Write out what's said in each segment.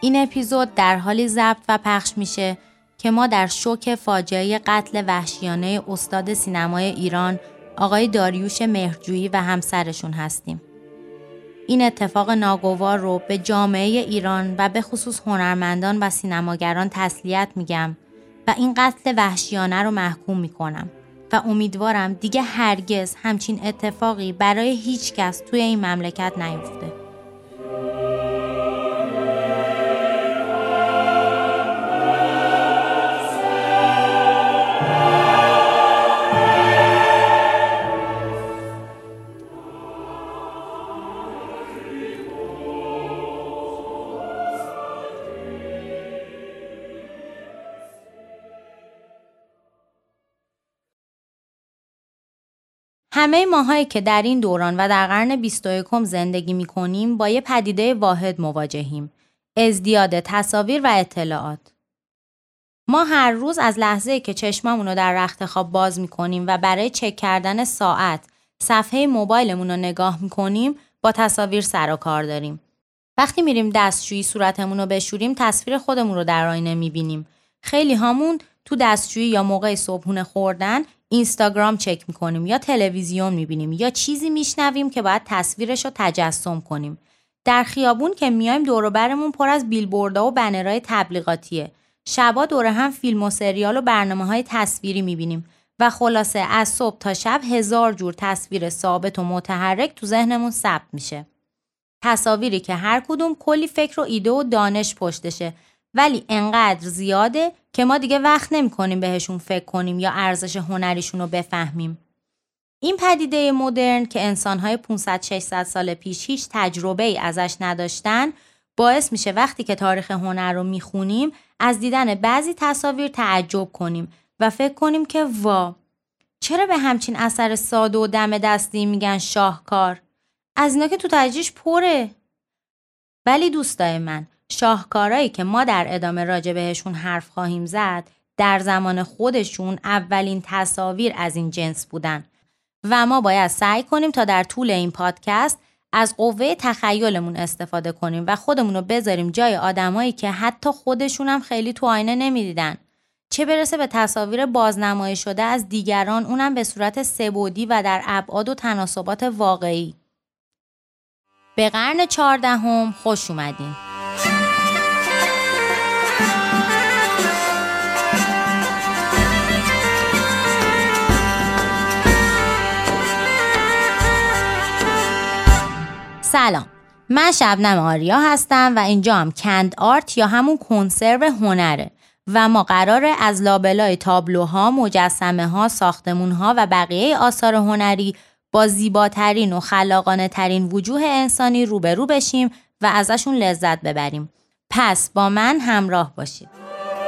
این اپیزود در حالی ضبط و پخش میشه که ما در شوک فاجعه قتل وحشیانه استاد سینمای ایران آقای داریوش مهرجویی و همسرشون هستیم. این اتفاق ناگوار رو به جامعه ایران و به خصوص هنرمندان و سینماگران تسلیت میگم و این قتل وحشیانه رو محکوم میکنم و امیدوارم دیگه هرگز همچین اتفاقی برای هیچ کس توی این مملکت نیفته. همه ماهایی که در این دوران و در قرن 21 زندگی می‌کنیم با یه پدیده واحد مواجهیم: ازدیاد تصاویر و اطلاعات. ما هر روز از لحظه‌ای که چشممون رو در رخت خواب باز می‌کنیم و برای چک کردن ساعت صفحه موبایلمون رو نگاه می‌کنیم با تصاویر سر و کار داریم. وقتی میریم دستشویی صورتمون رو بشوریم تصویر خودمون رو در آینه می‌بینیم. خیلی هامون تو دستشویی یا موقع صبحونه خوردن اینستاگرام چک میکنیم یا تلویزیون میبینیم یا چیزی میشنویم که باید تصویرش رو تجسم کنیم. در خیابون که میایم دور و برمون پر از بیلبوردها و بنرهای تبلیغاتیه. شبا دور هم فیلم و سریال و برنامه‌های تصویری میبینیم و خلاصه از صبح تا شب 1000 جور تصویر ثابت و متحرک تو ذهنمون ثبت میشه. تصاویری که هر کدوم کلی فکر و ایده و دانش پشتشه، ولی انقدر زیاده که ما دیگه وقت نمی کنیم بهشون فکر کنیم یا ارزش هنریشون رو بفهمیم. این پدیده مدرن که انسان‌های 500-600 سال پیش هیچ تجربه‌ای ازش نداشتن باعث میشه وقتی که تاریخ هنر رو میخونیم از دیدن بعضی تصاویر تعجب کنیم و فکر کنیم که چرا به همچین اثر ساده و دم دستی میگن شاهکار؟ از اینا که تو تجریش پره. ولی دوستای من، شاهکارایی که ما در ادامه راجع بهشون حرف خواهیم زد در زمان خودشون اولین تصاویر از این جنس بودن و ما باید سعی کنیم تا در طول این پادکست از قوه تخیلمون استفاده کنیم و خودمون رو بذاریم جای آدمایی که حتی خودشون هم خیلی تو آینه نمیدیدن، چه برسه به تصاویر بازنمایی شده از دیگران، اونم به صورت سه‌بعدی و در ابعاد و تناسبات واقعی. به قرن 14 خوش اومدین. سلام، من شبنم آریا هستم و اینجا هم کند آرت یا همون کنسرو هنره و ما قراره از لابلای تابلوها، مجسمه ها، ساختمون ها و بقیه آثار هنری با زیباترین و خلاقانه ترین وجوه انسانی روبرو بشیم و ازشون لذت ببریم. پس با من همراه باشید.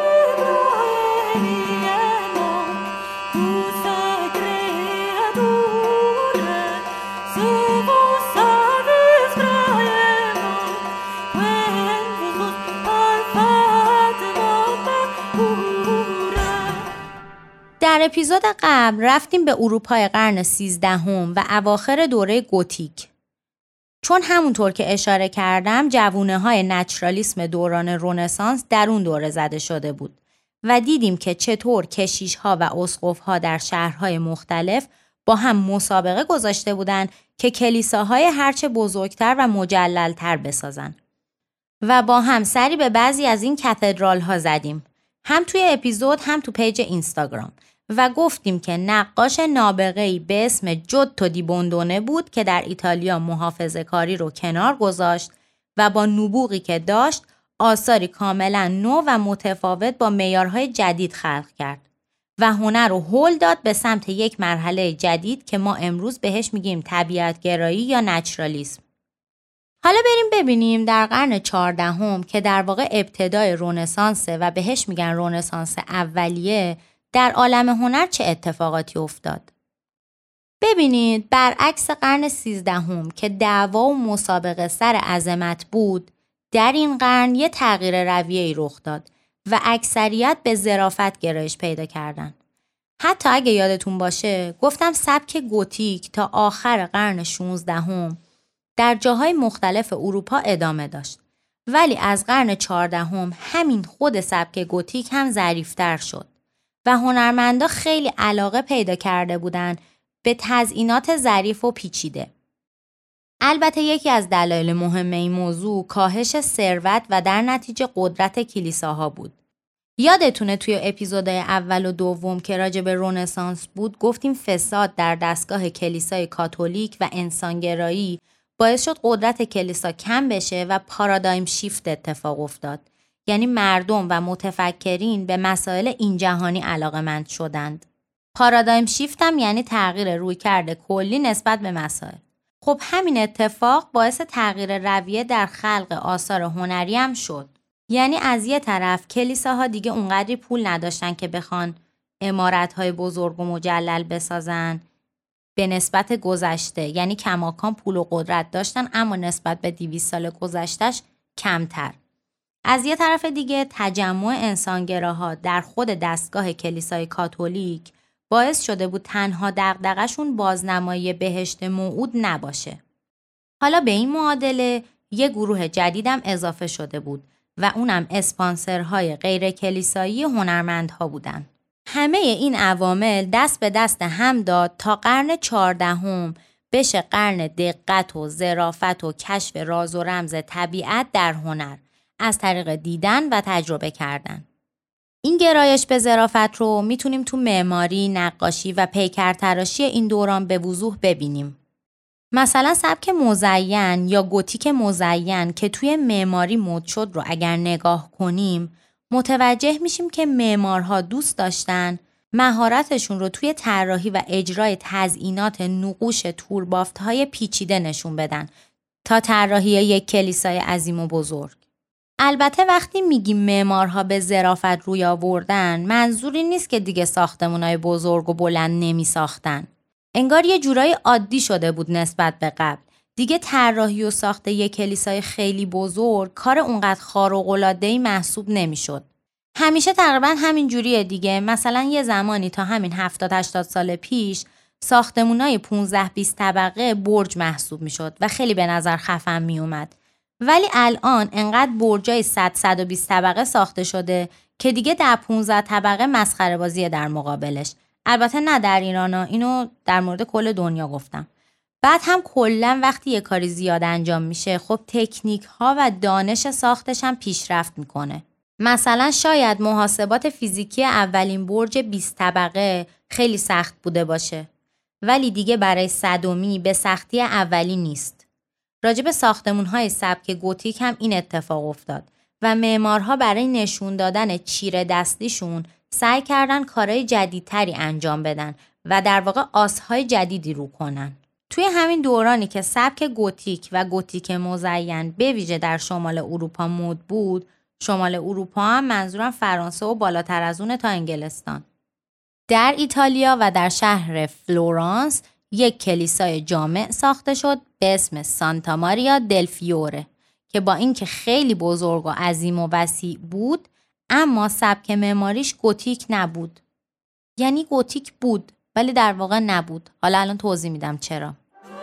در اپیزود قبل رفتیم به اروپای قرن 13 و اواخر دوره گوتیک. چون همونطور که اشاره کردم جوونه های نچرالیسم دوران رنسانس در اون دوره زده شده بود و دیدیم که چطور کشیش ها و اسقف ها در شهرهای مختلف با هم مسابقه گذاشته بودن که کلیساهای هرچه بزرگتر و مجللتر بسازن و با هم سری به بعضی از این کاتدرال ها زدیم، هم توی اپیزود هم تو پیج اینستاگرام، و گفتیم که نقاش نابغه‌ای به اسم جوتو دی بوندونه بود که در ایتالیا محافظه‌کاری رو کنار گذاشت و با نبوغی که داشت آثاری کاملا نو و متفاوت با معیارهای جدید خلق کرد و هنر رو هل داد به سمت یک مرحله جدید که ما امروز بهش میگیم طبیعت‌گرایی یا نچرالیسم. حالا بریم ببینیم در قرن 14 که در واقع ابتدای رنسانسه و بهش میگن رنسانس اولیه، در عالم هنر چه اتفاقاتی افتاد. ببینید، برعکس قرن 13 که دعوا و مسابقه سر عظمت بود، در این قرن یه تغییر رویه‌ای رخ داد و اکثریت به ظرافت گرایش پیدا کردن. حتی اگه یادتون باشه گفتم سبک گوتیک تا آخر قرن 16 در جاهای مختلف اروپا ادامه داشت ولی از قرن 14 همین خود سبک گوتیک هم ظریف‌تر شد و هنرمندا خیلی علاقه پیدا کرده بودن به تزئینات ظریف و پیچیده. البته یکی از دلایل مهم این موضوع کاهش ثروت و در نتیجه قدرت کلیساها بود. یادتونه توی اپیزودهای اول و دوم که راجع به رنسانس بود گفتیم فساد در دستگاه کلیسای کاتولیک و انسانگرایی باعث شد قدرت کلیسا کم بشه و پارادایم شیفت اتفاق افتاد. یعنی مردم و متفکرین به مسائل این جهانی علاقه‌مند شدند. پارادایم شیفت هم یعنی تغییر رویکرد کلی نسبت به مسائل. خب همین اتفاق باعث تغییر رویه در خلق آثار هنری هم شد. یعنی از یه طرف کلیساها دیگه اونقدری پول نداشتن که بخوان عمارت‌های بزرگ و مجلل بسازن به نسبت گذشته، یعنی کماکان پول و قدرت داشتن اما نسبت به 200 سال گذشتهش کمتر. از یه طرف دیگه تجمع انسانگراها در خود دستگاه کلیسای کاتولیک باعث شده بود تنها دغدغه‌شون بازنمایی بهشت موعود نباشه. حالا به این معادله یه گروه جدیدم اضافه شده بود و اونم اسپانسرهای غیر کلیسایی هنرمندها بودن. همه این عوامل دست به دست هم داد تا قرن 14 بشه قرن دقت و ظرافت و کشف راز و رمز طبیعت در هنر از طریق دیدن و تجربه کردن. این گرایش به ظرافت رو میتونیم تو معماری، نقاشی و پیکرتراشی این دوران به وضوح ببینیم. مثلا سبک مزین یا گوتیک مزین که توی معماری مد شد رو اگر نگاه کنیم متوجه میشیم که معمارها دوست داشتن مهارتشون رو توی طراحی و اجرای تزئینات نقوش توربافت‌های پیچیده نشون بدن تا طراحی یک کلیسای عظیم و بزرگ. البته وقتی میگیم معمارها به ظرافت روی آوردن منظوری نیست که دیگه ساختمان‌های بزرگ و بلند نمی ساختن. انگار یه جورایی عادی شده بود نسبت به قبل. دیگه طراحی و ساخت یک کلیسای خیلی بزرگ کار اونقدر خارق‌العاده‌ای محسوب نمی‌شد. همیشه تقریبا همین جوریه دیگه. مثلا یه زمانی تا همین 70-80 سال پیش ساختمونای 15-20 طبقه برج محسوب می‌شد و خیلی به نظر خفن میومد. ولی الان انقدر برجای 100-120 طبقه ساخته شده که دیگه در 15 طبقه مسخره بازیه در مقابلش. البته نه در ایران، اینو در مورد کل دنیا گفتم. بعد هم کلا وقتی یه کاری زیاد انجام میشه خب تکنیک ها و دانش ساختش هم پیشرفت میکنه. مثلا شاید محاسبات فیزیکی اولین برج 20 طبقه خیلی سخت بوده باشه ولی دیگه برای صدومی به سختی اولی نیست. راجب ساختمون‌های سبک گوتیک هم این اتفاق افتاد و معمارها برای نشون دادن چیره دستیشون سعی کردن کارهای جدیدتری انجام بدن و در واقع آس‌های جدیدی رو کنن. توی همین دورانی که سبک گوتیک و گوتیک مزین به ویژه در شمال اروپا مد بود، شمال اروپا هم منظورم فرانسه و بالاتر از اون تا انگلستان. در ایتالیا و در شهر فلورانس یک کلیسای جامع ساخته شد به اسم سانتا ماریا دل فیوره که با اینکه خیلی بزرگ و عظیم و وسیع بود اما سبک معماریش گوتیک نبود. یعنی گوتیک بود ولی در واقع نبود. حالا الان توضیح میدم چرا.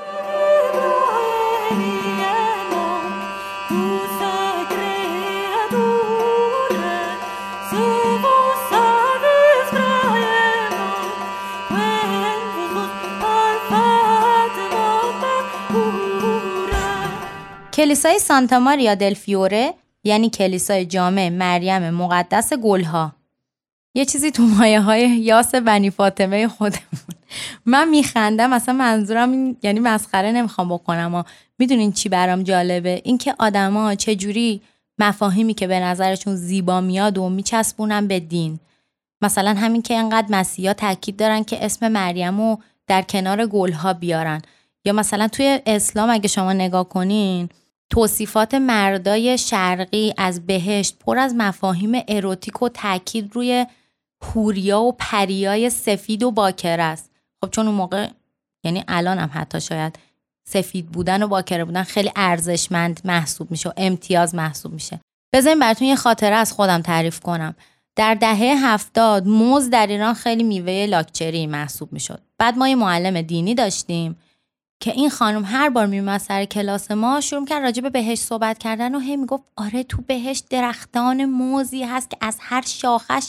کلیسای سانتا ماریا دل فیوره یعنی کلیسای جامع مریم مقدس گلها. یه چیزی تو مایه های یاس بنی فاطمه خودمون. من میخندم، اصلا منظورم این یعنی مسخره نمیخوام بکنم و میدونین چی برام جالبه؟ این که آدما چجوری مفاهیمی که به نظرشون زیبا میاد و میچسبونن به دین. مثلا همین که انقدر مسیحا تاکید دارن که اسم مریمو در کنار گلها بیارن، یا مثلا توی اسلام اگه شما نگاه کنین توصیفات مردای شرقی از بهشت پر از مفاهیم اروتیک و تاکید روی حوریا و پریای سفید و باکره است. خب چون اون موقع یعنی الان هم حتی شاید سفید بودن و باکره بودن خیلی ارزشمند محسوب میشه و امتیاز محسوب میشه. بذارین براتون یه خاطره از خودم تعریف کنم. در دهه 70 موز در ایران خیلی میوه لاکچری محسوب میشد. بعد ما یه معلم دینی داشتیم که این خانم هر بار میومد سر کلاس ما شروع کرد راجع به بهشت صحبت کردن و هی میگفت آره تو بهشت درختان موزی هست که از هر شاخش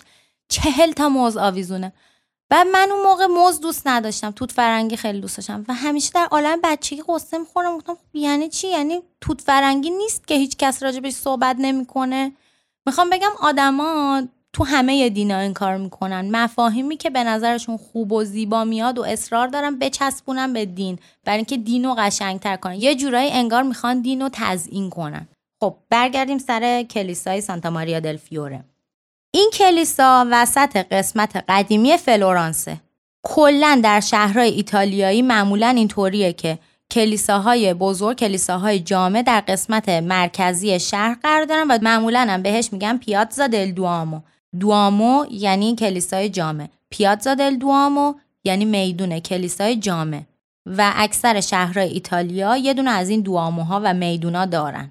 40 تا موز آویزونه. و من اون موقع موز دوست نداشتم، توت فرنگی خیلی دوست داشتم و همیشه در عالم بچگی قصه می‌خوردم. گفتم یعنی چی؟ یعنی توت فرنگی نیست که هیچ کس راجبش صحبت نمی‌کنه؟ میخوام بگم آدما تو همه دینا این کار میکنن، مفاهیمی که به نظرشون خوب و زیبا میاد و اصرار دارن بچسبونن به دین برای اینکه دینو قشنگتر کنن. یه جورایی انگار میخوان دینو تزیین کنن. خب برگردیم سر کلیسای سانتا ماریا دل فیوره. این کلیسا وسط قسمت قدیمی فلورانسه. کلاً در شهرهای ایتالیایی معمولاً اینطوریه که کلیساهای بزرگ، کلیساهای جامع در قسمت مرکزی شهر قرار دارن و معمولاً هم بهش میگن پیازا دل دوامو. دوامو یعنی کلیسای جامع، پیازا دل دوامو یعنی میدون کلیسای جامع و اکثر شهرهای ایتالیا یه دونه از این دواموها و میدونا دارن.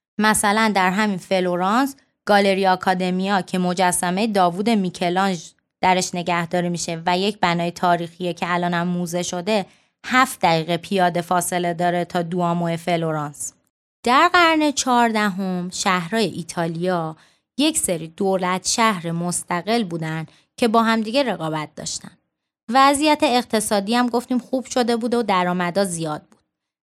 مثلا در همین فلورانس گالری آکادمیا که مجسمه داوود میکلانژ درش نگهداری میشه و یک بنای تاریخیه که الانم موزه شده 7 دقیقه پیاده فاصله داره تا دوامو فلورانس. در قرن 14 شهرهای ایتالیا یک سری دولت شهر مستقل بودن که با همدیگه رقابت داشتن. وضعیت اقتصادی هم گفتیم خوب شده بود و درآمدها زیاد بود.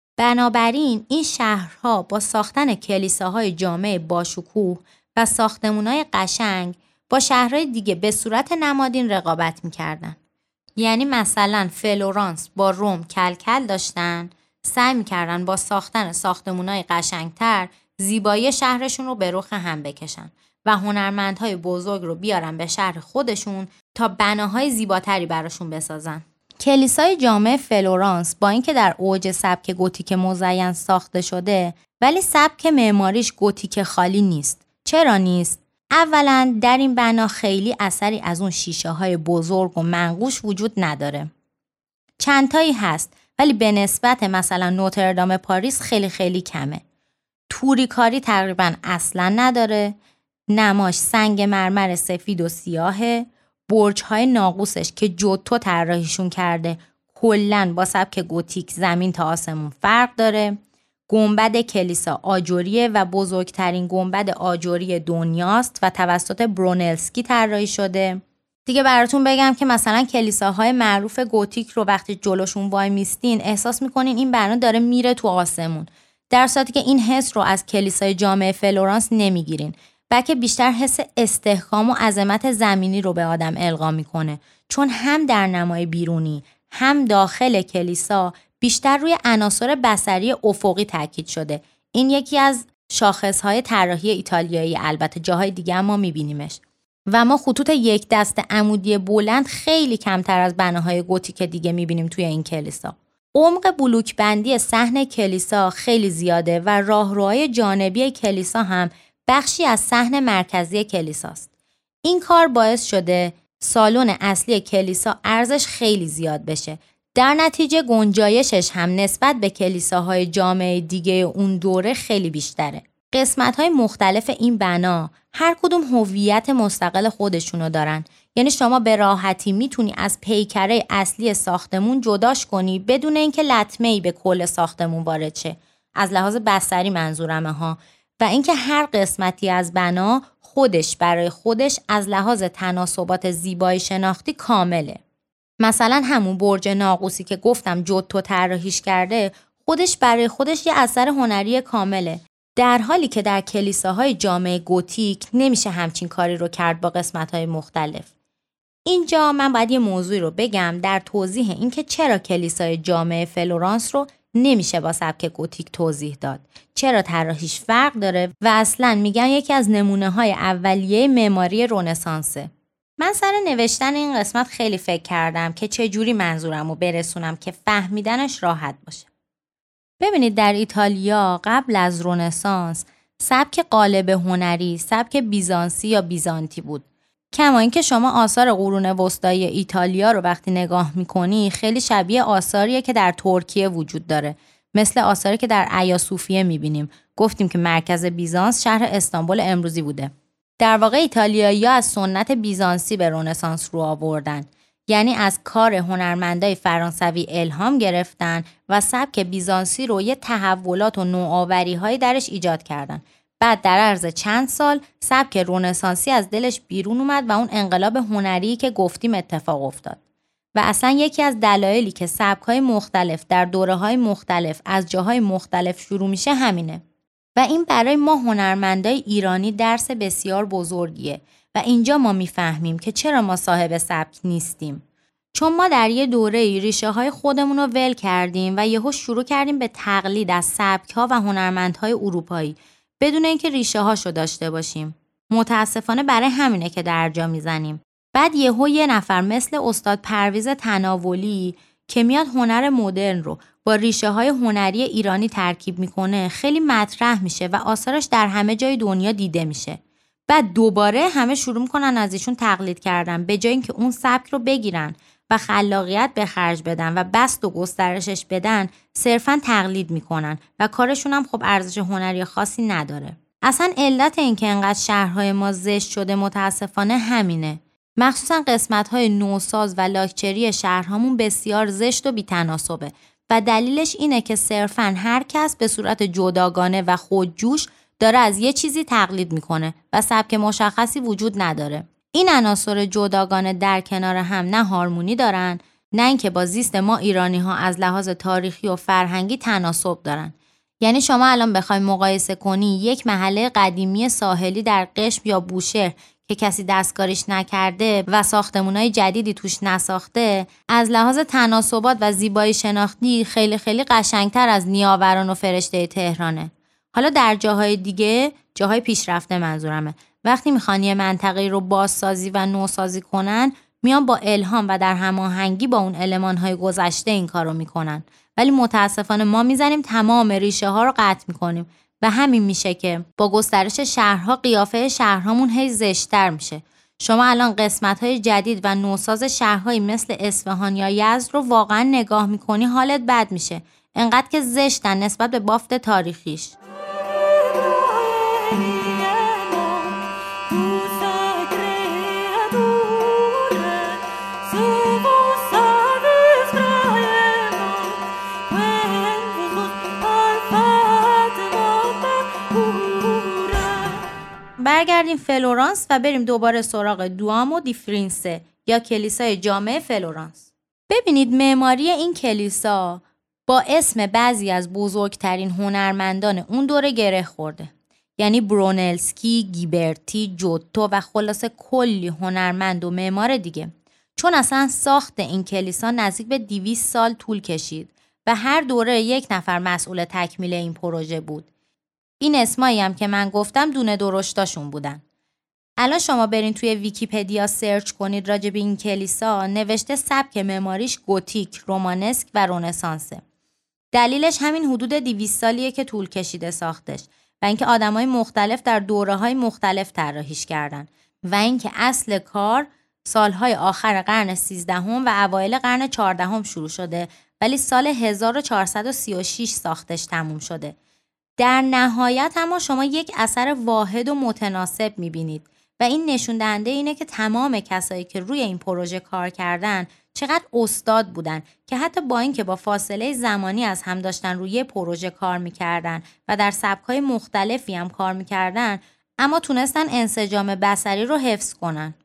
بنابراین این شهرها با ساختن کلیساهای جامع باشکوه و ساختمان‌های قشنگ با شهرهای دیگه به صورت نمادین رقابت می‌کردن. یعنی مثلا فلورانس با روم کلکل داشتن، سعی می‌کردن با ساختن ساختمان‌های قشنگتر زیبایی شهرشون رو به رخ هم بکشن و هنرمندهای بزرگ رو بیارن به شهر خودشون تا بناهای زیباتری براشون بسازن. کلیسای جامع فلورانس با اینکه در اوج سبک گوتیک مزین ساخته شده ولی سبک معماریش گوتیک خالی نیست. چرا نیست؟ اولا در این بنا خیلی اثری از اون شیشه های بزرگ و منقوش وجود نداره. چند تایی هست ولی به نسبت مثلا نوتردام پاریس خیلی خیلی کمه. توری کاری تقریبا اصلا نداره. نماش سنگ مرمر سفید و سیاهه. برج‌های ناقوسش که جوتو طراحیشون کرده کلاً با سبک گوتیک زمین تا آسمون فرق داره. گنبد کلیسا آجوریه و بزرگترین گنبد آجوری دنیاست و توسط برونلسکی طراحی شده. دیگه براتون بگم که مثلا کلیساهای معروف گوتیک رو وقتی جلوشون وای میستین احساس میکنین این بنا داره میره تو آسمون، در صورتی که این حس رو از کلیسای جامع فلورانس نمیگیرین، بلکه بیشتر حس استحکام و عظمت زمینی رو به آدم القا میکنه، چون هم در نمای بیرونی هم داخل کلیسا بیشتر روی عناصر بصری افقی تاکید شده. این یکی از شاخصهای طراحی ایتالیایی، البته جاهای دیگه هم ما میبینیمش. و ما خطوط یک دست عمودی بلند خیلی کمتر از بناهای گوتیک دیگه میبینیم توی این کلیسا. عمق بلوک بندی صحن کلیسا خیلی زیاده و راهروهای جانبی کلیسا هم بخشی از صحن مرکزی کلیساست. این کار باعث شده سالن اصلی کلیسا ارزش خیلی زیاد بشه. در نتیجه گنجایشش هم نسبت به کلیساهای جامع دیگه اون دوره خیلی بیشتره. قسمت‌های مختلف این بنا هر کدوم هویت مستقل خودشونو دارن. یعنی شما به راحتی میتونی از پیکره اصلی ساختمون جداش کنی بدون اینکه لطمه‌ای به کل ساختمون وارد شه. از لحاظ بصری منظورمه ها. و اینکه هر قسمتی از بنا خودش برای خودش از لحاظ تناسبات زیبایی شناختی کامله. مثلا همون برج ناقوسی که گفتم جوتو طراحیش کرده خودش برای خودش یه اثر هنری کامله، در حالی که در کلیساهای جامع گوتیک نمیشه همچین کاری رو کرد با قسمت‌های مختلف. اینجا من باید یه موضوعی رو بگم در توضیح اینکه چرا کلیسای جامع فلورانس رو نمیشه با سبک گوتیک توضیح داد، چرا طراحیش فرق داره و اصلاً میگن یکی از نمونه‌های اولیه معماری رنسانسه. من سر نوشتن این قسمت خیلی فکر کردم که چه جوری منظورم رو برسونم که فهمیدنش راحت باشه. ببینید در ایتالیا قبل از رنسانس سبک قالب هنری سبک بیزانسی یا بیزانتی بود. کما اینکه شما آثار قرون وسطایی ایتالیا رو وقتی نگاه میکنی خیلی شبیه آثاریه که در ترکیه وجود داره، مثل آثاری که در ایا صوفیه میبینیم. گفتیم که مرکز بیزانس شهر استانبول امروزی بوده. در واقع ایتالیایی‌ها از سنت بیزانسی به رنسانس رو آوردن. یعنی از کار هنرمندای فرانسوی الهام گرفتن و سبک بیزانسی رو یه تحولات و نوآوری‌های درش ایجاد کردن. بعد در عرض چند سال سبک رنسانسی از دلش بیرون اومد و اون انقلاب هنری که گفتیم اتفاق افتاد. و اصلا یکی از دلایلی که سبک‌های مختلف در دوره‌های مختلف از جاهای مختلف شروع میشه همینه. و این برای ما هنرمندای ایرانی درس بسیار بزرگیه و اینجا ما میفهمیم که چرا ما صاحب سبک نیستیم. چون ما در یه دوره ریشه های خودمون رو ول کردیم و یهو شروع کردیم به تقلید از سبک ها و هنرمندهای اروپایی بدون اینکه ریشه هاشو داشته باشیم. متاسفانه برای همینه که درجا میزنیم. بعد یهو یه نفر مثل استاد پرویز تناولی که میاد هنر مدرن رو با ریشه های هنری ایرانی ترکیب میکنه خیلی مطرح میشه و آثارش در همه جای دنیا دیده میشه. بعد دوباره همه شروع میکنن از ایشون تقلید کردن به جای اینکه اون سبک رو بگیرن و خلاقیت به خرج بدن و بسط و گسترشش بدن صرفاً تقلید میکنن و کارشون هم خب ارزش هنری خاصی نداره. اصلا علت این که انقدر شهرهای ما زشت شده متاسفانه همینه. مخصوصا قسمت‌های نوساز و لاکچری شهرهامون بسیار زشت و بی‌تناسبه و دلیلش اینه که صرفاً هر کس به صورت جداگانه و خودجوش داره از یه چیزی تقلید میکنه و سبک مشخصی وجود نداره. این عناصر جداگانه در کنار هم نه هارمونی دارن نه اینکه با زیست ما ایرانی‌ها از لحاظ تاریخی و فرهنگی تناسب دارن. یعنی شما الان بخوای مقایسه کنی یک محله قدیمی ساحلی در قشم یا بوشهر که کسی دستکاریش نکرده و ساختمونای جدیدی توش نساخته از لحاظ تناسبات و زیبایی شناختی خیلی خیلی قشنگتر از نیاوران و فرشته تهرانه. حالا در جاهای دیگه، جاهای پیشرفته منظورمه، وقتی میخوان یه منطقه رو بازسازی و نوسازی کنن میان با الهام و در هماهنگی با اون المان‌های گذشته این کارو میکنن. ولی متاسفانه ما میزنیم تمام ریشه ها رو قطع میکنیم و همین میشه که با گسترش شهرها قیافه شهرهامون هی زشت‌تر میشه. شما الان قسمت‌های جدید و نوساز شهرهایی مثل اصفهان یا یزد رو واقعا نگاه میکنی حالت بد میشه. انقدر که زشتن نسبت به بافت تاریخیش. برگردیم فلورانس و بریم دوباره سراغ دوامو دی فرینسه یا کلیسای جامع فلورانس. ببینید معماری این کلیسا با اسم بعضی از بزرگترین هنرمندان اون دوره گره خورده. یعنی برونلسکی، گیبرتی، جوتو و خلاصه کلی هنرمند و معمار دیگه. چون اصلا ساخت این کلیسا نزدیک به 200 سال طول کشید و هر دوره یک نفر مسئول تکمیل این پروژه بود. این اسمایی هم که من گفتم دونه درشتاشون بودن. الان شما برین توی ویکی‌پدیا سرچ کنید راجع به این کلیسا، نوشته سبک معماریش گوتیک، رومانسک و رنسانسه. دلیلش همین حدود 200 سالیه که طول کشیده ساختش و اینکه آدمای مختلف در دوره‌های مختلف طراحیش کردن و اینکه اصل کار سالهای آخر قرن 13 و اوایل قرن 14 شروع شده ولی سال 1436 ساختش تموم شده. در نهایت اما شما یک اثر واحد و متناسب می‌بینید و این نشون دهنده اینه که تمام کسایی که روی این پروژه کار کردن چقدر استاد بودن که حتی با اینکه با فاصله زمانی از هم داشتن روی پروژه کار می‌کردن و در سبک‌های مختلفی هم کار می‌کردن اما تونستن انسجام بصری رو حفظ کنن.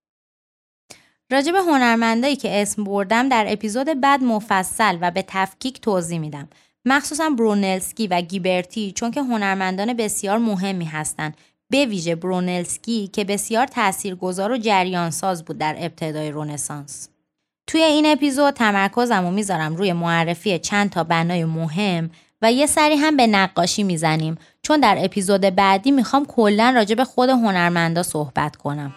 راجع به هنرمندایی که اسم بردم در اپیزود بعد مفصل و به تفکیک توضیح میدم. مخصوصا برونلسکی و گیبرتی چون که هنرمندان بسیار مهمی هستند. به ویژه برونلسکی که بسیار تاثیرگذار و جریان ساز بود در ابتدای رنسانس. توی این اپیزود تمرکزمو میذارم روی معرفی چند تا بنای مهم و یه سری هم به نقاشی میزنیم چون در اپیزود بعدی میخوام کلاً راجع به خود هنرمندا صحبت کنم.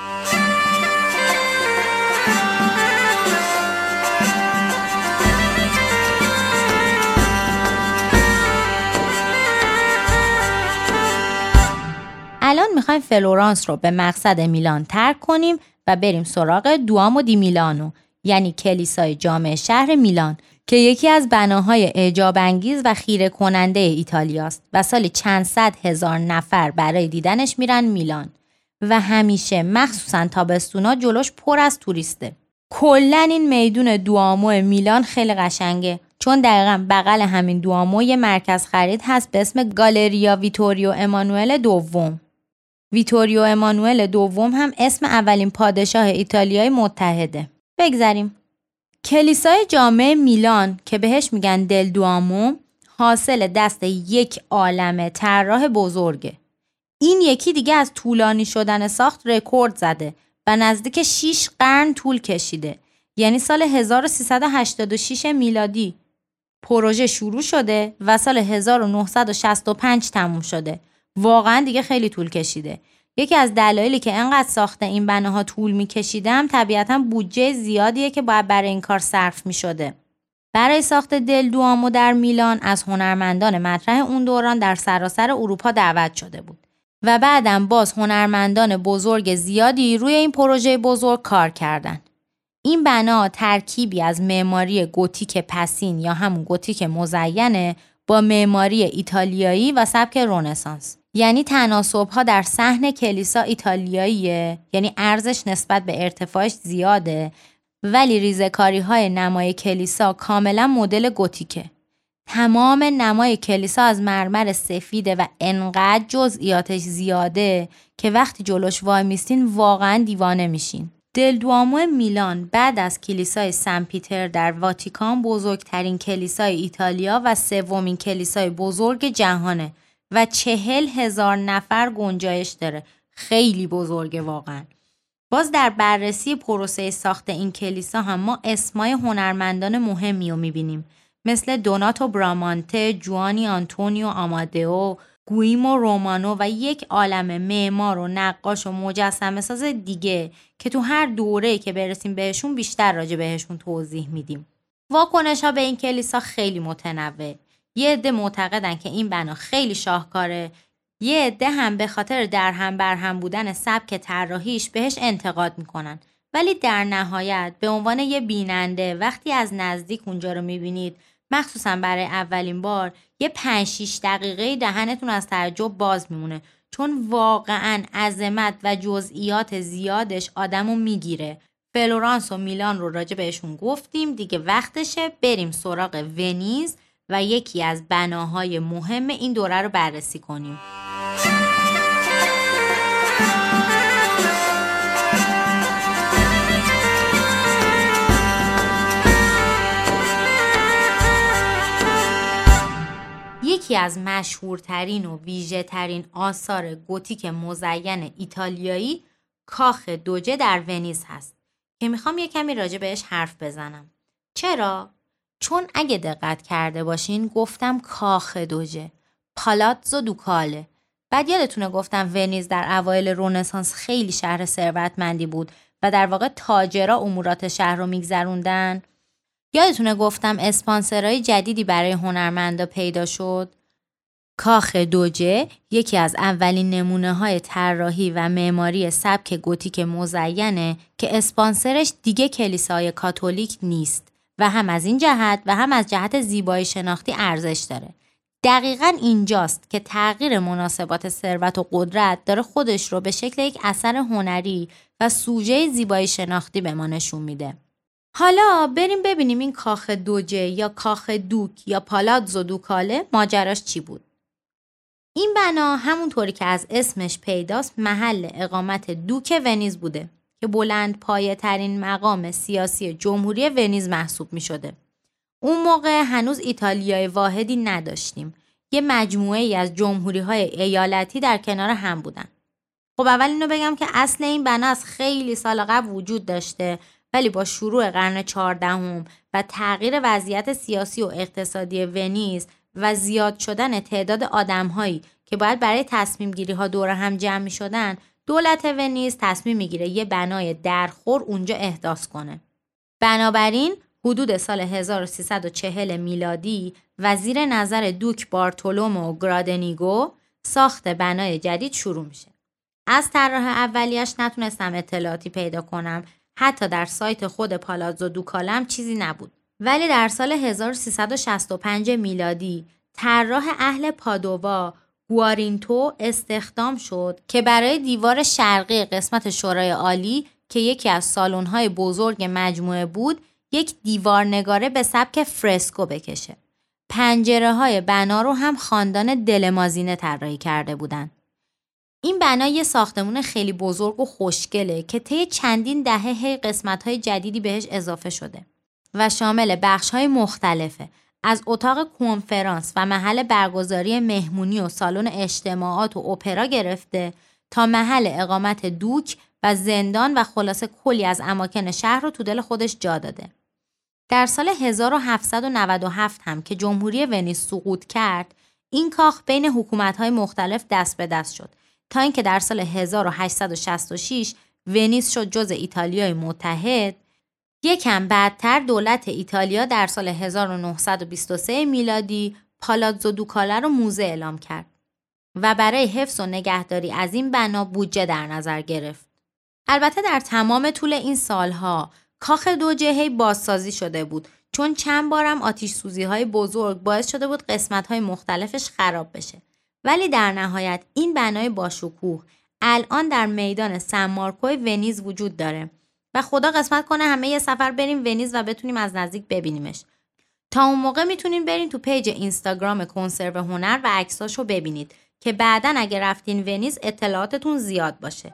الان میخوایم فلورانس رو به مقصد میلان ترک کنیم و بریم سراغ دوامو دی میلانو یعنی کلیسای جامع شهر میلان که یکی از بناهای اعجاب انگیز و خیره کننده ایتالیاست و سالی چند صد هزار نفر برای دیدنش میرن میلان و همیشه مخصوصا تابستونا جلوش پر از توریسته. کلن این میدون دوآمو میلان خیلی قشنگه، چون دقیقاً بغل همین دوآمو یه مرکز خرید هست به اسم گالریا ویتوریو امانوئل دوم. ویتوریو امانوئل دوم هم اسم اولین پادشاه ایتالیای متحده. بگذریم. کلیسای جامع میلان که بهش میگن دل دوآمو حاصل دست یک عالمه طراح بزرگه. این یکی دیگه از طولانی شدن ساخت رکورد زده و نزدیک 6 قرن طول کشیده. یعنی سال 1386 میلادی پروژه شروع شده و سال 1965 تموم شده. واقعا دیگه خیلی طول کشیده. یکی از دلایلی که انقدر ساخت این بناها طول می‌کشیدم طبیعتاً بودجه زیادیه که باید برای این کار صرف می‌شده. برای ساخت دل دوآمو در میلان از هنرمندان مطرح اون دوران در سراسر اروپا دعوت شده بود و بعدم باز هنرمندان بزرگ زیادی روی این پروژه بزرگ کار کردن. این بنا ترکیبی از معماری گوتیک پسین یا همون گوتیک مزینه با معماری ایتالیایی و سبک رنسانس. یعنی تناسب‌ها در صحن کلیسا ایتالیاییه، یعنی ارزش نسبت به ارتفاعش زیاده، ولی ریزه‌کاری‌های نمای کلیسا کاملا مدل گوتیکه. تمام نمای کلیسا از مرمر سفیده و انقدر جزئیاتش زیاده که وقتی جلوش وای میستین واقعا دیوانه میشین. دل دوآمو میلان بعد از کلیسای سن پیتر در واتیکان بزرگترین کلیسای ایتالیا و سومین کلیسای بزرگ جهانه و 40,000 نفر گنجایش داره. خیلی بزرگه واقعا. باز در بررسی پروسه ساخت این کلیسا هم ما اسمای هنرمندان مهمی رو میبینیم، مثل دوناتو برامانته، جوانی آنتونیو آمادئو، گویمو رومانو و یک عالمه معمار و نقاش و مجسمه ساز دیگه که تو هر دوره‌ای که برسیم بهشون بیشتر راجع بهشون توضیح میدیم. واکنش‌ها به این کلیسا خیلی متنوع. یه عده معتقدن که این بنا خیلی شاهکاره، یه عده هم به خاطر درهم برهم بودن سبک طراحیش بهش انتقاد میکنن. ولی در نهایت به عنوان یه بیننده وقتی از نزدیک اونجا رو میبینید، مخصوصا برای اولین بار، یه 5-6 دقیقه دهنتون از تعجب باز میمونه، چون واقعا عظمت و جزئیات زیادش آدمو میگیره. فلورانس و میلان رو راجع بهشون گفتیم، دیگه وقتشه بریم سراغ ونیز و یکی از بناهای مهم این دوره رو بررسی کنیم. یکی از مشهورترین و ویژه‌ترین آثار گوتیک مزین ایتالیایی کاخ دوجه در ونیز هست که میخوام یه کمی راجع بهش حرف بزنم. چرا؟ چون اگه دقت کرده باشین گفتم کاخ دوجه، پالاتزو دوکاله. بعد یادتونه گفتم ونیز در اوایل رنسانس خیلی شهر ثروتمندی بود و در واقع تاجرها امورات شهر رو میگذروندن. یادتونه گفتم اسپانسرهای جدیدی برای هنرمندا پیدا شد. کاخ دوجه یکی از اولین نمونه‌های طراحی و معماری سبک گوتیک مزینه که اسپانسرش دیگه کلیسای کاتولیک نیست و هم از این جهت و هم از جهت زیبایی شناختی ارزش داره. دقیقاً اینجاست که تغییر مناسبات ثروت و قدرت داره خودش رو به شکل یک اثر هنری و سوژه زیبایی شناختی به ما نشون میده. حالا بریم ببینیم این کاخ دوجه یا کاخ دوک یا پالاتزو دوکاله ماجراش چی بود. این بنا همونطوری که از اسمش پیداست محل اقامت دوک ونیز بوده که بلند پایه ترین مقام سیاسی جمهوری ونیز محسوب می شده. اون موقع هنوز ایتالیای واحدی نداشتیم. یه مجموعه ای از جمهوری های ایالتی در کنار هم بودن. خب اول اینو بگم که اصل این بنا از خیلی سال قبل وجود داشته، ولی با شروع قرن 14 و تغییر وضعیت سیاسی و اقتصادی ونیز و زیاد شدن تعداد آدم‌هایی که باید برای تصمیم گیری ها دور هم جمع می شدن، دولت ونیز تصمیم میگیره یه بنای درخور اونجا احداث کنه. بنابراین حدود سال 1340 میلادی و زیر نظر دوک بارتولومو گرادنیگو ساخت بنای جدید شروع میشه. از طراح اولیش نتونستم اطلاعاتی پیدا کنم، حتی در سایت خود پالاتزو دوکالم چیزی نبود. ولی در سال 1365 میلادی طراح اهل پادووا گوارینتو استخدام شد که برای دیوار شرقی قسمت شورای عالی که یکی از سالن‌های بزرگ مجموعه بود یک دیوارنگاره به سبک فرسکو بکشه. پنجره‌های بنا رو هم خاندان دلمازینه طراحی کرده بودن. این بنا یه ساختمون خیلی بزرگ و خوشگله که طی چندین دهه قسمت‌های جدیدی بهش اضافه شده و شامل بخش‌های مختلفه، از اتاق کنفرانس و محل برگزاری مهمونی و سالن اجتماعات و اپرا گرفته تا محل اقامت دوک و زندان و خلاصه کلی از اماکن شهر رو تو دل خودش جا داده. در سال 1797 هم که جمهوری ونیز سقوط کرد، این کاخ بین حکومت‌های مختلف دست به دست شد تا اینکه در سال 1866 ونیز شد جزء ایتالیای متحد. یکم بعدتر دولت ایتالیا در سال 1923 میلادی پالاتزو دوکاله رو موزه اعلام کرد و برای حفظ و نگهداری از این بنا بودجه در نظر گرفت. البته در تمام طول این سالها کاخ دو جهه‌ای بازسازی شده بود، چون چند بارم آتش سوزی‌های بزرگ باعث شده بود قسمت‌های مختلفش خراب بشه. ولی در نهایت این بنای باشکوه الان در میدان سن مارکو ونیز وجود داره و خدا قسمت کنه همه یه سفر بریم ونیز و بتونیم از نزدیک ببینیمش. تا اون موقع میتونین برین تو پیج اینستاگرام کنسرو هنر و عکساشو ببینید که بعداً اگه رفتین ونیز اطلاعاتتون زیاد باشه.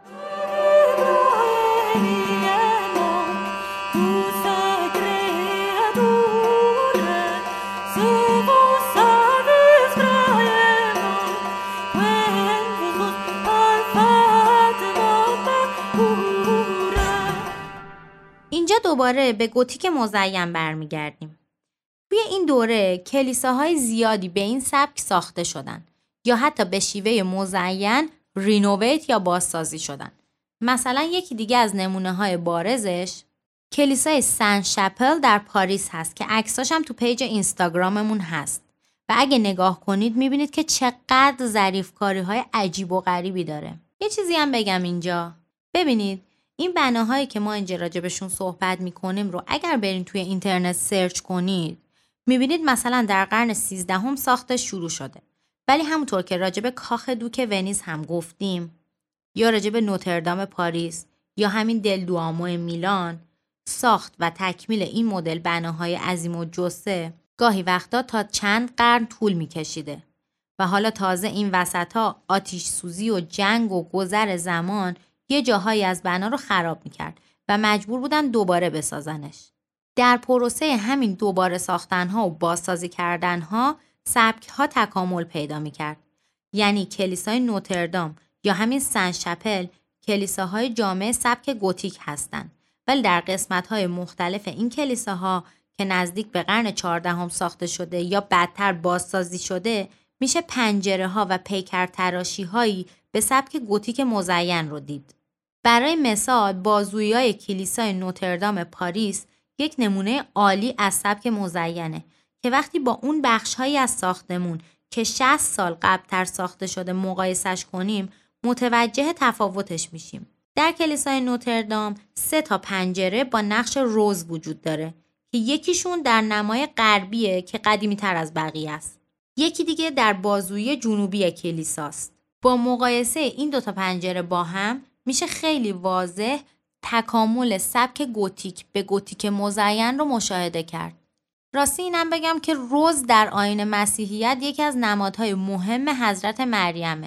اینجا دوباره به گوتیک مزین برمیگردیم. توی این دوره کلیساهای زیادی به این سبک ساخته شدن یا حتی به شیوه مزین رینوویت یا بازسازی شدن. مثلا یکی دیگه از نمونه‌های بارزش کلیسای سن شپل در پاریس هست که عکساش هم تو پیج اینستاگراممون هست و اگه نگاه کنید میبینید که چقدر ظریف‌کاری‌های عجیب و غریبی داره. یه چیزی هم بگم اینجا. ببینید این بناهایی که ما اینجا راجبشون صحبت میکنیم رو اگر برین توی اینترنت سرچ کنید میبینید مثلا در قرن 13 ساخته شروع شده، ولی همونطور که راجب کاخ دوک ونیز هم گفتیم یا راجب نوتردام پاریس یا همین دل دوآمو میلان، ساخت و تکمیل این مدل بناهای عظیم و جثه گاهی وقتا تا چند قرن طول میکشیده و حالا تازه این وسطا آتش سوزی و جنگ و گذر زمان یه جاهایی از بنا رو خراب میکرد و مجبور بودن دوباره بسازنش. در پروسه همین دوباره ساختنها و بازسازی کردنها سبکها تکامل پیدا میکرد. یعنی کلیسای نوتردام یا همین سن شپل کلیساهای جامع سبک گوتیک هستند، ولی در قسمت‌های مختلف این کلیساها که نزدیک به قرن 14 ساخته شده یا بدتر بازسازی شده میشه پنجره‌ها و پیکر تراشی‌هایی به سبک گوتیک مزین رو دید. برای مثال بازویای کلیسای نوتردام پاریس یک نمونه عالی از سبک مزینه که وقتی با اون بخش‌هایی از ساختمون که 60 سال قبل‌تر ساخته شده مقایسش کنیم متوجه تفاوتش میشیم. در کلیسای نوتردام 3 تا پنجره با نقش روز وجود داره که یکیشون در نمای غربیه که قدیمی‌تر از بقیه است. یکی دیگه در بازوی جنوبی کلیساست. با مقایسه این 2 تا پنجره با هم میشه خیلی واضح تکامل سبک گوتیک به گوتیک مزین رو مشاهده کرد. راستی اینم بگم که روز در آیین مسیحیت یکی از نمادهای مهم حضرت مریمه.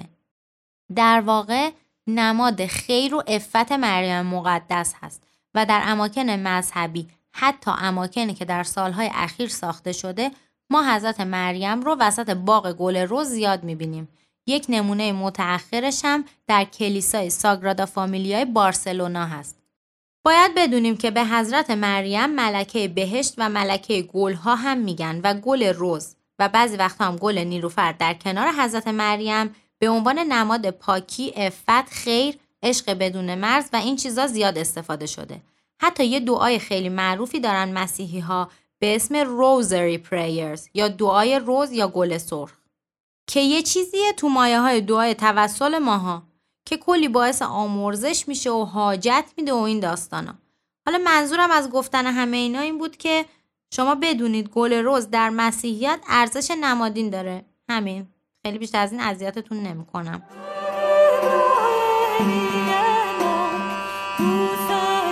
در واقع نماد خیر و عفت مریم مقدس هست و در اماکن مذهبی حتی اماکنی که در سالهای اخیر ساخته شده ما حضرت مریم رو وسط باغ گل رز زیاد میبینیم. یک نمونه متأخرش هم در کلیسای ساگرادا فامیلیای بارسلونا هست. باید بدونیم که به حضرت مریم ملکه بهشت و ملکه گلها هم میگن و گل رز و بعضی وقتا هم گل نیلوفر در کنار حضرت مریم به عنوان نماد پاکی، عفت، خیر، عشق بدون مرز و این چیزا زیاد استفاده شده. حتی یه دعای خیلی معروفی دارن مسیحی ها به اسم روزری پریرز یا دعای روز یا گل سرخ که یه چیزیه تو مایه های دعای توسل ماها که کلی باعث آمرزش میشه و حاجت میده و این داستانا. حالا منظورم از گفتن همه اینا این بود که شما بدونید گل رز در مسیحیت ارزش نمادین داره. همین. خیلی بیشتر از این اذیتتون نمی‌کنم.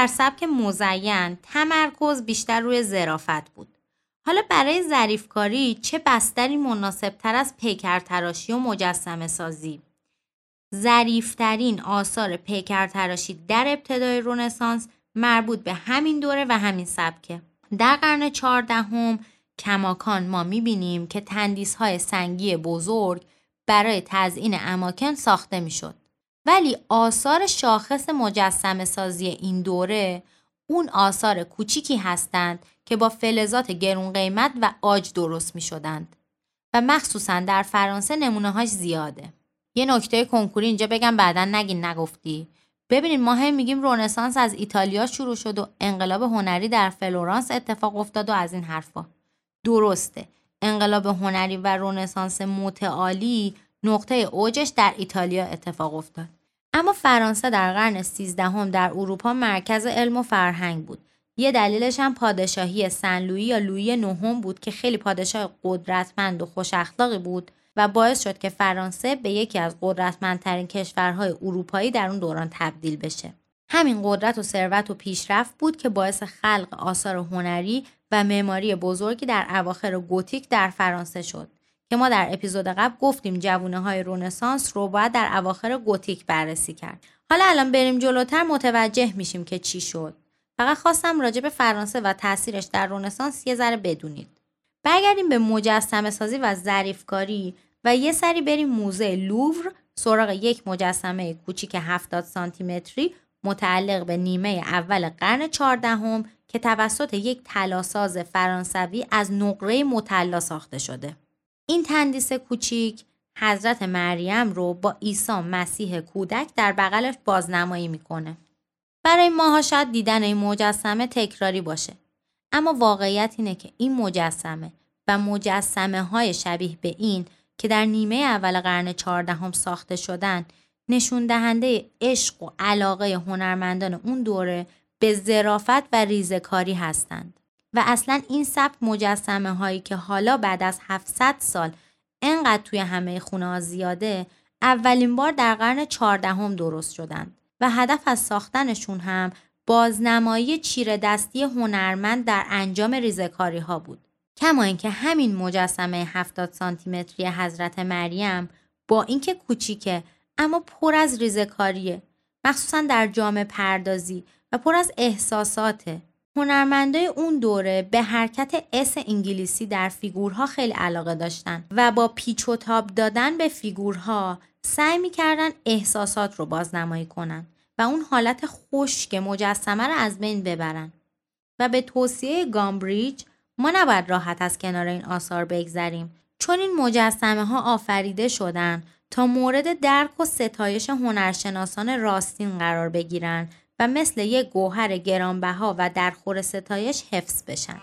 در سبک مزین تمرکز بیشتر روی ظرافت بود. حالا برای ظریفکاری چه بستری مناسبتر از پیکرتراشی و مجسمه سازی؟ ظریفترین آثار پیکرتراشی در ابتدای رنسانس مربوط به همین دوره و همین سبکه. در قرن 14 کماکان ما میبینیم که تندیس‌های سنگی بزرگ برای تزیین اماکن ساخته میشد. ولی آثار شاخص مجسمه سازی این دوره اون آثار کوچیکی هستند که با فلزات گرون قیمت و عاج درست می شدند و مخصوصا در فرانسه نمونه هاش زیاده. یه نکته کنکوری اینجا بگم بعداً نگین نگفتی. ببینید ما هم میگیم رنسانس از ایتالیا شروع شد و انقلاب هنری در فلورانس اتفاق افتاد و از این حرفا. درسته. انقلاب هنری و رنسانس متعالی نقطه اوجش در ایتالیا اتفاق افتاد. اما فرانسه در قرن 13 در اروپا مرکز علم و فرهنگ بود. یه دلیلش هم پادشاهی سن لویی یا لویی نهم بود که خیلی پادشاه قدرتمند و خوش اخلاقی بود و باعث شد که فرانسه به یکی از قدرتمندترین کشورهای اروپایی در اون دوران تبدیل بشه. همین قدرت و ثروت و پیشرفت بود که باعث خلق آثار هنری و معماری بزرگی در اواخر گوتیک در فرانسه شد که ما در اپیزود قبل گفتیم جوونه‌های رنسانس رو باید در اواخر گوتیک بررسی کرد. حالا الان بریم جلوتر متوجه میشیم که چی شد. فقط خواستم راجع به فرانسه و تاثیرش در رنسانس یه ذره بدونید. برگردیم به مجسمه سازی و ظریفکاری و یه سری بریم موزه لوور سراغ یک مجسمه کوچیک 70 سانتی متری متعلق به نیمه اول قرن 14 که توسط یک طلاساز فرانسوی از نقره مطلا ساخته شده. این تندیس کوچیک حضرت مریم رو با عیسی مسیح کودک در بغلش بازنمایی میکنه. برای ماها شاید دیدن این مجسمه تکراری باشه. اما واقعیت اینه که این مجسمه و مجسمه های شبیه به این که در نیمه اول قرن 14 ساخته شدن نشون دهنده عشق و علاقه هنرمندان اون دوره به ظرافت و ریزه‌کاری هستند. و اصلا این سبک مجسمه هایی که حالا بعد از 700 سال انقدر توی همه خونه ها زیاده اولین بار در قرن 14 درست شدند و هدف از ساختنشون هم بازنمایی چیره دستی هنرمند در انجام ریزه‌کاری ها بود. کما اینکه همین مجسمه 70 سانتی متری حضرت مریم با اینکه کوچیکه اما پر از ریزه‌کاریه، مخصوصا در جامه پردازی و پر از احساساته. هنرمندای اون دوره به حرکت اس انگلیسی در فیگورها خیلی علاقه داشتن و با پیچ و تاب دادن به فیگورها سعی می‌کردن احساسات رو بازنمایی کنن و اون حالت خشک مجسمه رو از بین ببرن. و به توصیه گامبریج ما نباید راحت از کنار این آثار بگذریم، چون این مجسمه ها آفریده شدن تا مورد درک و ستایش هنرشناسان راستین قرار بگیرن و مثل یک گوهر گرانبها و در خور ستایش حفظ بشن.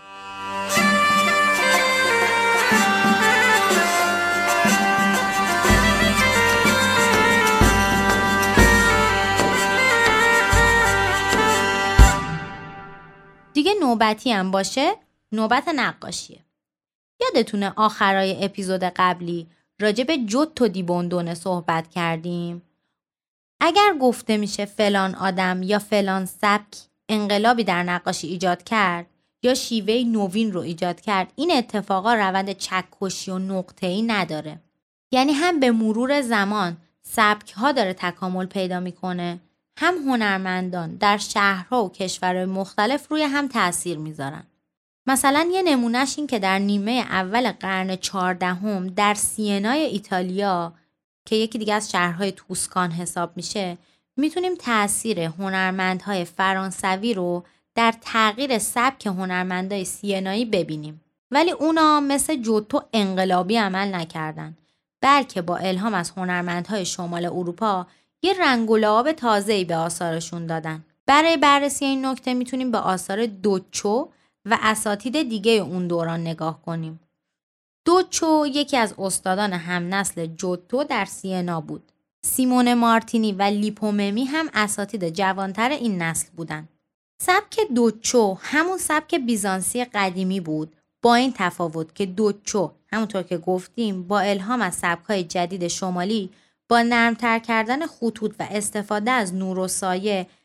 دیگه نوبتی هم باشه، نوبت نقاشیه. یادتونه آخرای اپیزود قبلی راجع به جوتو دی بوندونه صحبت کردیم؟ اگر گفته میشه فلان آدم یا فلان سبک انقلابی در نقاشی ایجاد کرد یا شیوه نوین رو ایجاد کرد، این اتفاقا روند چکشی و نقطه‌ای نداره. یعنی هم به مرور زمان سبک ها داره تکامل پیدا میکنه، هم هنرمندان در شهرها و کشورهای مختلف روی هم تأثیر میذارن. مثلا یه نمونهش این که در نیمه اول قرن 14 در سینای ایتالیا که یکی دیگه از شهرهای توسکان حساب میشه، میتونیم تأثیر هنرمندهای فرانسوی رو در تغییر سبک هنرمندای سینایی ببینیم. ولی اونا مثل جوتو انقلابی عمل نکردن، بلکه با الهام از هنرمندهای شمال اروپا یه رنگ و لعاب تازه‌ای به آثارشون دادن. برای بررسی این نکته میتونیم به آثار دوچو و اساتید دیگه اون دوران نگاه کنیم. دوچو یکی از استادان هم نسل جوتو در سینا بود. سیمون مارتینی و لیپوممی هم اساتید جوانتر این نسل بودن. سبک دوچو همون سبک بیزانسی قدیمی بود، با این تفاوت که دوچو همونطور که گفتیم با الهام از سبک‌های جدید شمالی با نرمتر کردن خطوط و استفاده از نور و سایه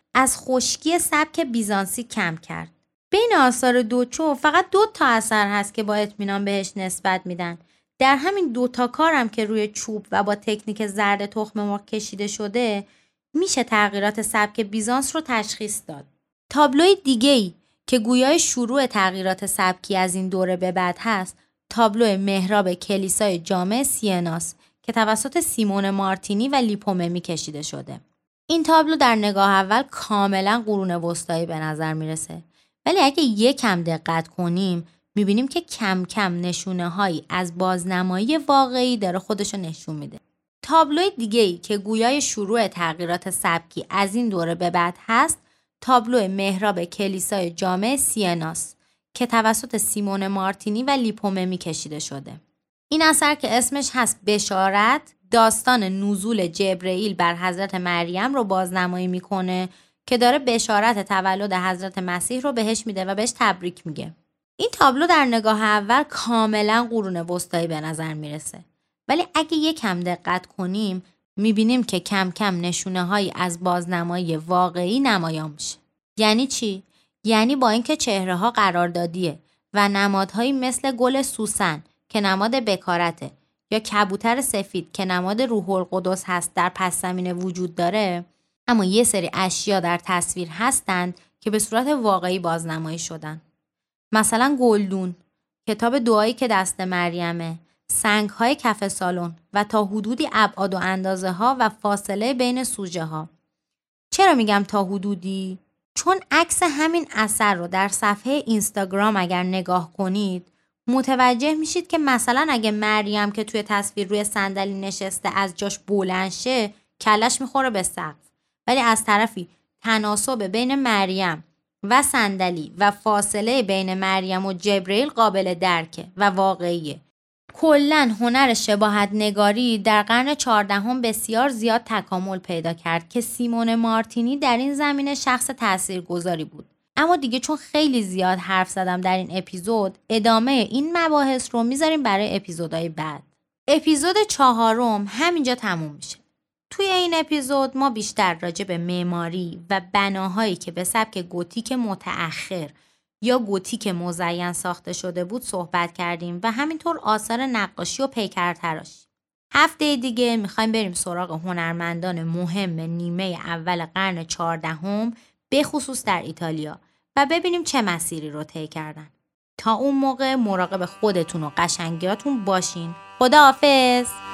از خشکی سبک بیزانسی کم کرد. بین آثار دوچو فقط 2 اثر هست که با اطمینان بهش نسبت میدن. در همین 2 کارم که روی چوب و با تکنیک زرد تخم مرغ کشیده شده میشه تغییرات سبک بیزانس رو تشخیص داد. تابلوی دیگه‌ای که گویای شروع تغییرات سبکی از این دوره به بعد هست، تابلو محراب کلیسای جامع سیناس که توسط سیمون مارتینی و لیپوممی کشیده شده. این تابلو در نگاه اول کاملا قرون وسطایی به نظر میرسه، ولی اگه یکم دقت کنیم میبینیم که کم کم نشونه هایی از بازنمایی واقعی داره خودشو نشون میده. تابلوی دیگه‌ای که گویای شروع تغییرات سبکی از این دوره به بعد هست، تابلو محراب کلیسای جامع سیناس که توسط سیمون مارتینی و لیپوممی کشیده شده. این اثر که اسمش هست بشارت، داستان نزول جبرئیل بر حضرت مریم رو بازنمایی میکنه که داره بشارت تولد حضرت مسیح رو بهش میده و بهش تبریک میگه. این تابلو در نگاه اول کاملا قرون وسطایی به نظر میرسه، ولی اگه یکم دقت کنیم میبینیم که کم کم نشونه هایی از بازنمایی واقعی نمایان میشه. یعنی چی؟ یعنی با اینکه چهره ها قراردادیه و نمادهایی مثل گل سوسن که نماد بکارته یا کبوتر سفید که نماد روح القدس هست در پس زمینه وجود داره، اما یه سری اشیا در تصویر هستند که به صورت واقعی بازنمایی شدن. مثلا گلدون، کتاب دعایی که دست مریمه، سنگ‌های کف سالن و تا حدودی ابعاد و اندازه ها و فاصله بین سوژه ها. چرا میگم تا حدودی؟ چون عکس همین اثر رو در صفحه اینستاگرام اگر نگاه کنید متوجه میشید که مثلا اگه مریم که توی تصویر روی صندلی نشسته از جاش بلند شه کلش میخوره به سقف، ولی از طرفی تناسب بین مریم و صندلی و فاصله بین مریم و جبرئیل قابل درکه و واقعیه. کلاً هنر شباهت نگاری در قرن 14 بسیار زیاد تکامل پیدا کرد که سیمون مارتینی در این زمینه شخص تاثیرگذاری بود. اما دیگه چون خیلی زیاد حرف زدم در این اپیزود، ادامه این مباحث رو میذاریم برای اپیزودهای بعد. اپیزود 4 همینجا تموم میشه. توی این اپیزود ما بیشتر راجع به معماری و بناهایی که به سبک گوتیک متأخر یا گوتیک مزین ساخته شده بود صحبت کردیم و همینطور آثار نقاشی و پیکرتراشی. هفته دیگه میخوایم بریم سراغ هنرمندان مهم نیمه اول قرن 14 به خصوص در ایتالیا و ببینیم چه مسیری رو طی کردن. تا اون موقع مراقب خودتون و قشنگیاتون باشین. خداحافظ.